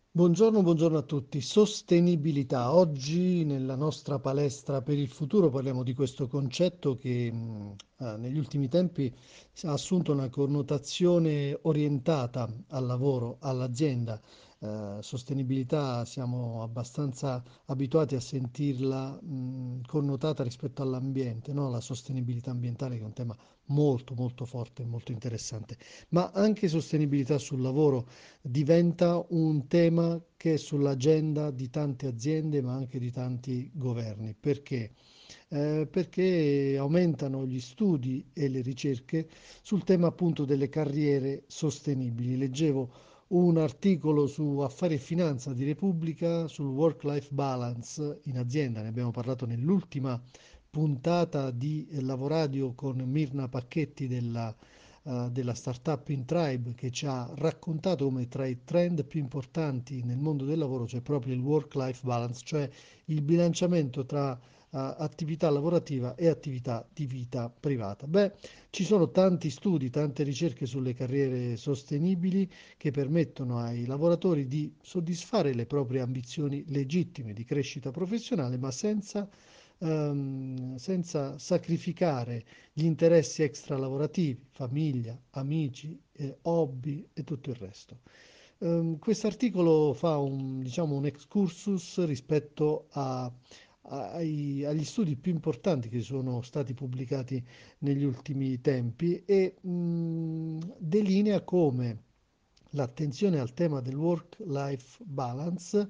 Buongiorno a tutti. Sostenibilità. Oggi nella nostra palestra per il futuro parliamo di questo concetto che negli ultimi tempi ha assunto una connotazione orientata al lavoro, all'azienda. Sostenibilità siamo abbastanza abituati a sentirla connotata rispetto all'ambiente, no? La sostenibilità ambientale che è un tema molto molto forte e molto interessante, ma anche sostenibilità sul lavoro diventa un tema che è sull'agenda di tante aziende, ma anche di tanti governi. Perché? Perché aumentano gli studi e le ricerche sul tema appunto delle carriere sostenibili. Leggevo un articolo su Affari e Finanza di Repubblica sul work-life balance in azienda, ne abbiamo parlato nell'ultima puntata di Lavoradio con Mirna Pacchetti della startup in Tribe, che ci ha raccontato come tra i trend più importanti nel mondo del lavoro c'è proprio il work-life balance, cioè il bilanciamento tra attività lavorativa e attività di vita privata. Beh, ci sono tanti studi, tante ricerche sulle carriere sostenibili che permettono ai lavoratori di soddisfare le proprie ambizioni legittime di crescita professionale, ma senza sacrificare gli interessi extralavorativi, famiglia, amici, hobby e tutto il resto. Questo articolo fa diciamo, un excursus rispetto agli studi più importanti che sono stati pubblicati negli ultimi tempi e delinea come l'attenzione al tema del work-life balance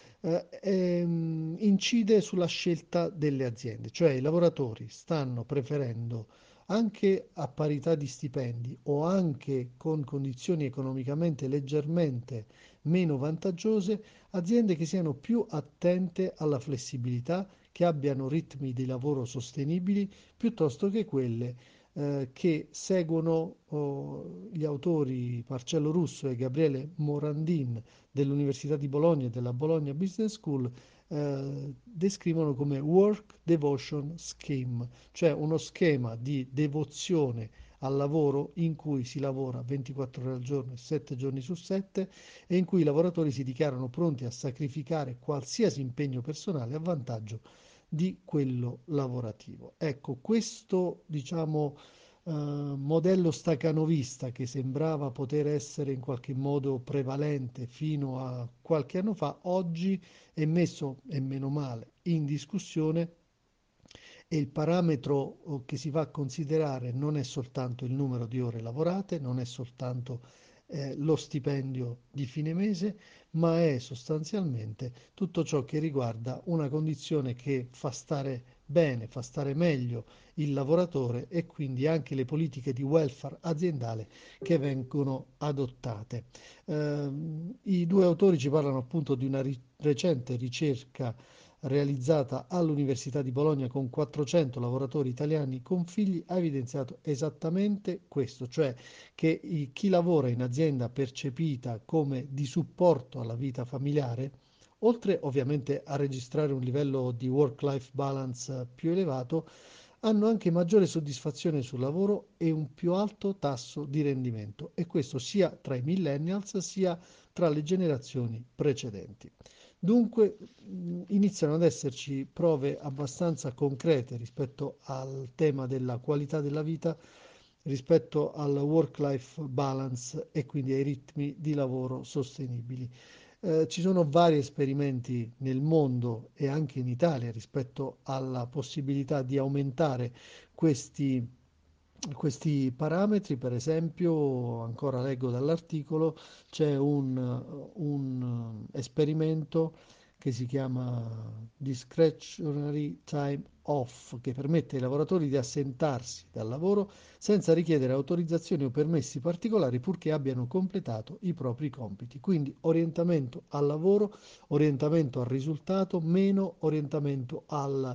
incide sulla scelta delle aziende, cioè i lavoratori stanno preferendo anche a parità di stipendi o anche con condizioni economicamente leggermente meno vantaggiose, aziende che siano più attente alla flessibilità, che abbiano ritmi di lavoro sostenibili, piuttosto che quelle che seguono gli autori Marcello Russo e Gabriele Morandin dell'Università di Bologna e della Bologna Business School, descrivono come work devotion scheme, cioè uno schema di devozione al lavoro in cui si lavora 24 ore al giorno e 7 giorni su 7 e in cui i lavoratori si dichiarano pronti a sacrificare qualsiasi impegno personale a vantaggio di quello lavorativo. Ecco, questo diciamo modello stacanovista che sembrava poter essere in qualche modo prevalente fino a qualche anno fa, oggi è messo, e meno male, in discussione e il parametro che si va a considerare non è soltanto il numero di ore lavorate, non è soltanto lo stipendio di fine mese, ma è sostanzialmente tutto ciò che riguarda una condizione che fa stare bene, fa stare meglio il lavoratore e quindi anche le politiche di welfare aziendale che vengono adottate. I due autori ci parlano appunto di una recente ricerca realizzata all'Università di Bologna con 400 lavoratori italiani con figli ha evidenziato esattamente questo, cioè che chi lavora in azienda percepita come di supporto alla vita familiare, oltre ovviamente a registrare un livello di work-life balance più elevato, hanno anche maggiore soddisfazione sul lavoro e un più alto tasso di rendimento, e questo sia tra i millennials sia tra le generazioni precedenti. Dunque iniziano ad esserci prove abbastanza concrete rispetto al tema della qualità della vita, rispetto al work-life balance e quindi ai ritmi di lavoro sostenibili. Ci sono vari esperimenti nel mondo e anche in Italia rispetto alla possibilità di aumentare questi, questi parametri. Per esempio, ancora leggo dall'articolo, c'è un esperimento che si chiama Discretionary Time Off, che permette ai lavoratori di assentarsi dal lavoro senza richiedere autorizzazioni o permessi particolari purché abbiano completato i propri compiti. Quindi orientamento al lavoro, orientamento al risultato, meno orientamento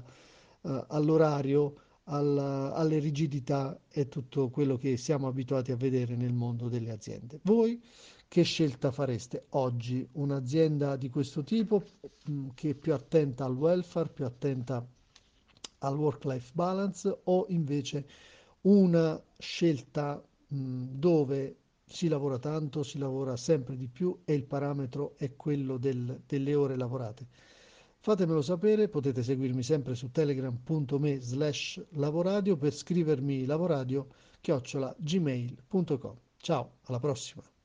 all'orario, alle rigidità e tutto quello che siamo abituati a vedere nel mondo delle aziende. Voi che scelta fareste oggi? Un'azienda di questo tipo che è più attenta al welfare, più attenta al work-life balance, o invece una scelta dove si lavora tanto, si lavora sempre di più e il parametro è quello delle ore lavorate. Fatemelo sapere, potete seguirmi sempre su telegram.me/lavoradio per scrivermi lavoradio@gmail.com. Ciao, alla prossima!